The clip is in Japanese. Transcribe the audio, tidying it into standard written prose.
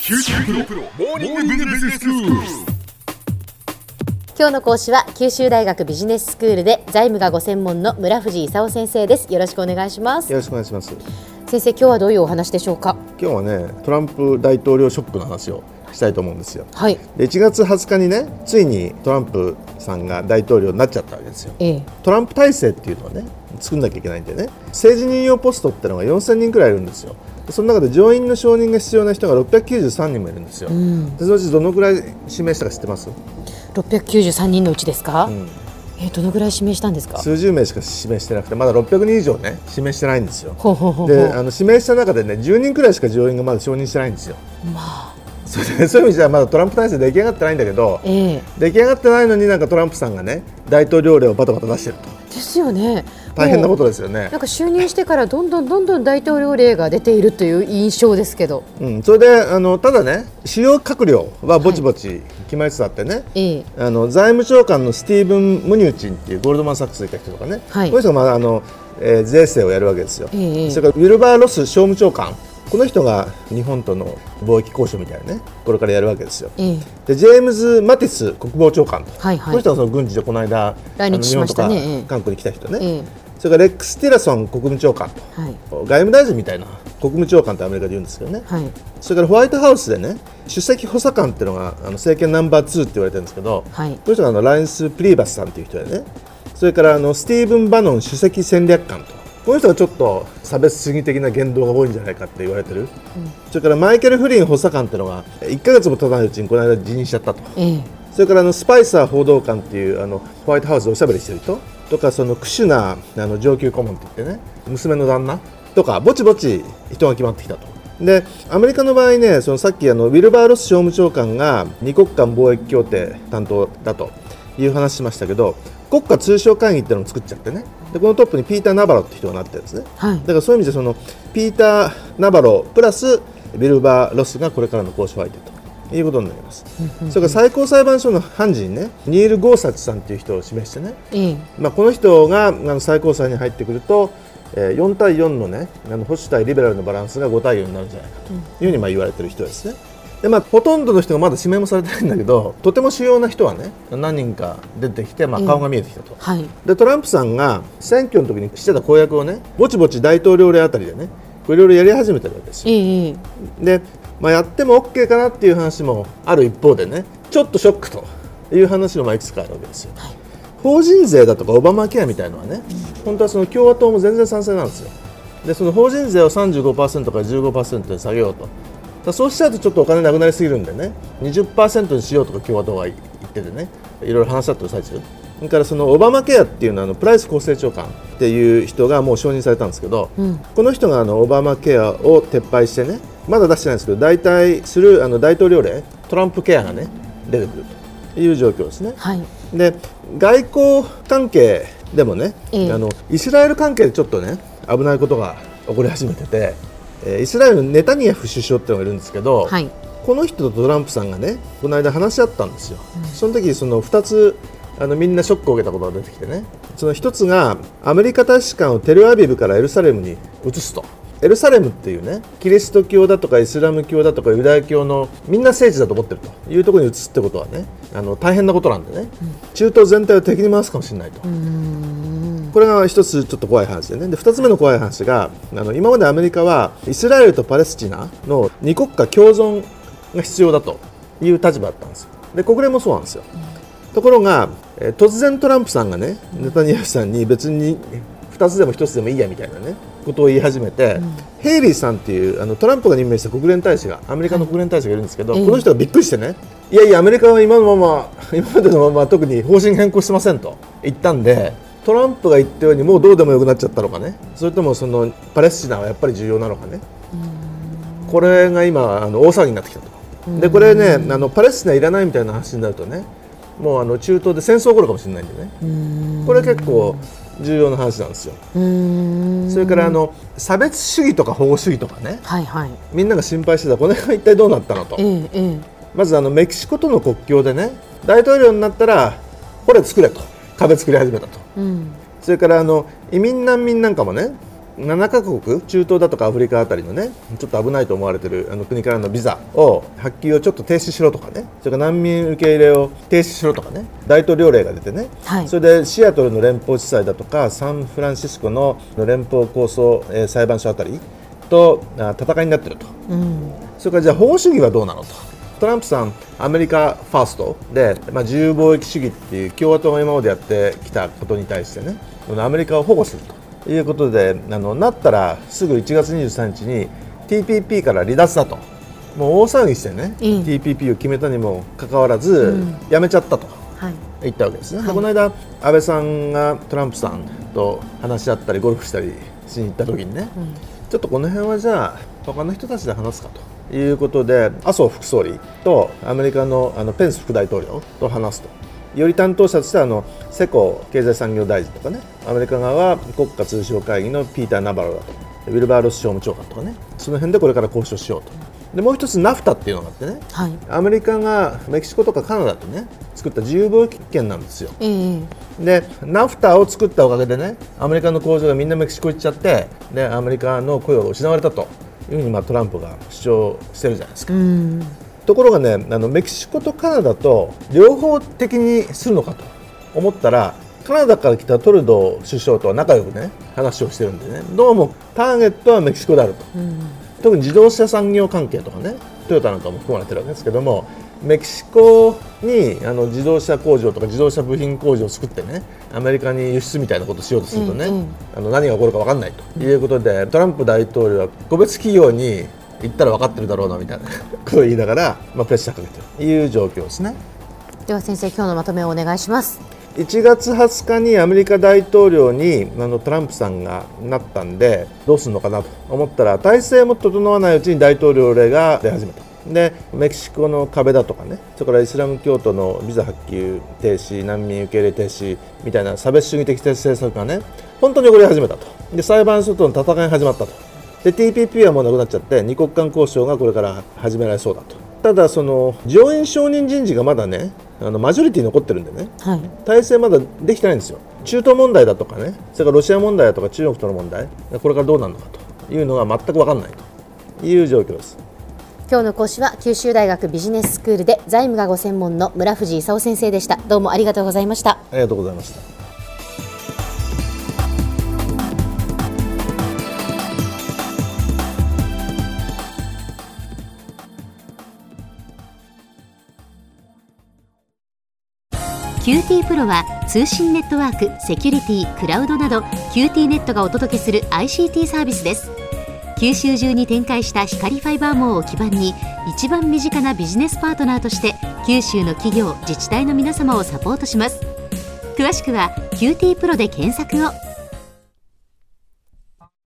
九州大学モーニングビジネススクール。 今日の講師は九州大学ビジネススクールで財務がご専門の村藤勲先生です。よろしくお願いします。 よろしくお願いします。 先生、今日はどういうお話でしょうか？ 今日はね、トランプ大統領ショックの話をしたいと思うんですよ。 はい。 で1月20日にね、ついにトランプさんが大統領になっちゃったわけですよ。トランプ体制っていうのはね、作んなきゃいけないんでね、政治任用ポストってのが4000人くらいいるんですよ。その中で上院の承認が必要な人が693人もいるんですよ。でそのうちどのくらい指名したか知ってます ？693人のうちですか？どのぐらい指名したんですか？ 数十名しか指名してなくて、まだ600人以上ね指名してないんですよ。 で、 指名した中でね、10人くらいしか上院がまだ承認してないんですよ。そういう意味じゃまだトランプ体制出来上がってないんだけど、出来上がってないのになんかトランプさんがね、大統領令をバタバタ出してると。 ですよね。 大変なことですよね。 なんか就任してからどんどん大統領令が出ているという印象ですけど、 それでただね、主要閣僚はぼちぼち決まりつつあってね、財務長官のスティーブン・ムニューチンっていうゴールドマン・サックスにいた人とかね、この人が税制をやるわけですよ。それからウィルバー・ロス商務長官、この人が日本との貿易交渉みたいなね、これからやるわけですよ。でジェームズ・マティス国防長官と、この人がその軍事でこの間来日しましたね。 日本とか韓国に来た人ね。それからレックス・ティラソン国務長官と、外務大臣みたいな国務長官ってアメリカで言うんですけどね。それからホワイトハウスでね、首席補佐官っていうのが政権ナンバー2って言われてるんですけど、この人がラインス・プリーバスさんっていう人でね。それからスティーブン・バノン首席戦略官と、この人がちょっと差別主義的な言動が多いんじゃないかって言われてる。それからマイケル・フリン補佐官っていうのが1ヶ月も経たないうちにこの間辞任しちゃったと。それからスパイサー報道官っていうホワイトハウスでおしゃべりしてる人とか、そのクシュナー上級顧問って言ってね、娘の旦那とかぼちぼち人が決まってきたと。でアメリカの場合ね、そのさっきウィルバー・ロス商務長官が二国間貿易協定担当だという話しましたけど、国家通商会議っていうのを作っちゃってね、でこのトップにピーター・ナバロって人がなってるんですね。だからそういう意味でピーター・ナバロプラスウィルバー・ロスがこれからの交渉相手ということになります。それから最高裁判所の判事にね、ニール・ゴーサチさんという人を示してね、この人が最高裁に入ってくると4対4のね、保守対リベラルのバランスが5対4になるんじゃないかというふうに言われている人ですね。でほとんどの人がまだ指名もされてないんだけど、とても主要な人はね、何人か出てきて、顔が見えてきたと。でトランプさんが選挙の時にしてた公約をね、ぼちぼち大統領令あたりでね、いろいろやり始めてるわけですよ。で、やっても OK かなっていう話もある一方でね、ちょっとショックという話もいくつかあるわけですよ。法人税だとかオバマケアみたいなのはね、本当はその共和党も全然賛成なんですよ。でその法人税を 35% から 15% に下げようと。そうしちゃうとちょっとお金なくなりすぎるんでね、 20% にしようとか共和党が言っててね、いろいろ話し合ってる最中。それからそのオバマケアっていうのはプライス厚生長官っていう人がもう承認されたんですけど、この人がオバマケアを撤廃してね、まだ出してないんですけど、代替する大統領令トランプケアがね出てくるという状況ですね。で外交関係でもね、イスラエル関係でちょっとね危ないことが起こり始めてて、イスラエルのネタニヤフ首相っていうのがいるんですけど、この人とトランプさんがねこの間話し合ったんですよ。その時その2つみんなショックを受けたことが出てきてね、その1つがアメリカ大使館をテルアビブからエルサレムに移すと。エルサレムっていうね、キリスト教だとかイスラム教だとかユダヤ教のみんな聖地だと思ってるというところに移すってことはね、大変なことなんでね、中東全体を敵に回すかもしれないと。これが一つちょっと怖い話でね。で2つ目の怖い話が、今までアメリカはイスラエルとパレスチナの二国家共存が必要だという立場だったんですよ。で国連もそうなんですよ。ところが、突然トランプさんがね、ネタニヤフさんに別に2つでも1つでもいいやみたいなねことを言い始めて、ヘイリーさんっていうトランプが任命した国連大使が、アメリカの国連大使がいるんですけど、この人がびっくりしてね、いやいやアメリカは今までのまま特に方針変更してませんと言ったんで、トランプが言ったようにもうどうでもよくなっちゃったのかね、それともそのパレスチナはやっぱり重要なのかね、これが今大騒ぎになってきたと。でこれね、パレスチナいらないみたいな話になるとね、もう中東で戦争起こるかもしれないんでね、これ結構重要な話なんですよ。それから差別主義とか保護主義とかね、みんなが心配してたこれが一体どうなったのと。まずメキシコとの国境でね、大統領になったらこれ作れと、壁作り始めたと。それから移民難民なんかもね、 7カ国、中東だとかアフリカあたりのね、ちょっと危ないと思われている国からのビザを発給をちょっと停止しろとかね、それから難民受け入れを停止しろとかね、大統領令が出てね、はい、それでシアトルの連邦地裁だとかサンフランシスコの連邦高層裁判所あたりと戦いになっていると、それからじゃあ保護主義はどうなのと。トランプさん、アメリカファーストで、自由貿易主義っていう共和党が今までやってきたことに対してね、アメリカを保護するということで、なったらすぐ1月23日に TPP から離脱だと、もう大騒ぎしてね、TPP を決めたにもかかわらず、やめちゃったと、言ったわけですね。はい、この間、安倍さんがトランプさんと話し合ったりゴルフしたりしに行った時にね、ちょっとこの辺はじゃあ他の人たちで話すかということで、麻生副総理とアメリカのペンス副大統領と話すと。より担当者として世耕経済産業大臣とかね、アメリカ側は国家通商会議のピーター・ナバロだと、ウィルバーロス商務長官とかね、その辺でこれから交渉しようと。でもう一つナフタっていうのがあってね、はい、アメリカがメキシコとかカナダとね作った自由貿易圏なんですよ。でナフタを作ったおかげでね、アメリカの工場がみんなメキシコ行っちゃって、でアメリカの雇用が失われたというふうにトランプが主張してるじゃないですか。ところがね、メキシコとカナダと両方的にするのかと思ったら、カナダから来たトルドー首相とは仲良くね話をしてるんでね、どうもターゲットはメキシコであると。特に自動車産業関係とかね、トヨタなんかも含まれてるわけですけども、メキシコに自動車工場とか自動車部品工場を作ってね、アメリカに輸出みたいなことをしようとするとね、何が起こるか分かんないということで、トランプ大統領は個別企業に言ったら分かってるだろうなみたいなことを言いながら、プレッシャーかけてるという状況ですね。 では先生、今日のまとめをお願いします。 1月20日にアメリカ大統領にトランプさんがなったんで、どうするのかなと思ったら、体制も整わないうちに大統領令が出始めた。でメキシコの壁だとかね、それからイスラム教徒のビザ発給停止、難民受け入れ停止みたいな差別主義的政策がね、本当に起こり始めたと。で裁判所との戦いが始まったと。で TPP はもうなくなっちゃって、二国間交渉がこれから始められそうだと。ただその上院承認人事がまだね、マジョリティ残ってるんでね、体制まだできてないんですよ。中東問題だとかね、それからロシア問題だとか中国との問題、これからどうなるのかというのが全く分かんないという状況です。 今日の講師は九州大学ビジネススクールで財務がご専門の村藤勲先生でした。どうもありがとうございました。 ありがとうございました。 QT プロは通信ネットワーク、セキュリティ、クラウドなど QT ネットがお届けする ICT サービスです。九州中に展開した光ファイバー網を基盤に、一番身近なビジネスパートナーとして九州の企業、自治体の皆様をサポートします。詳しくは QT プロで検索を。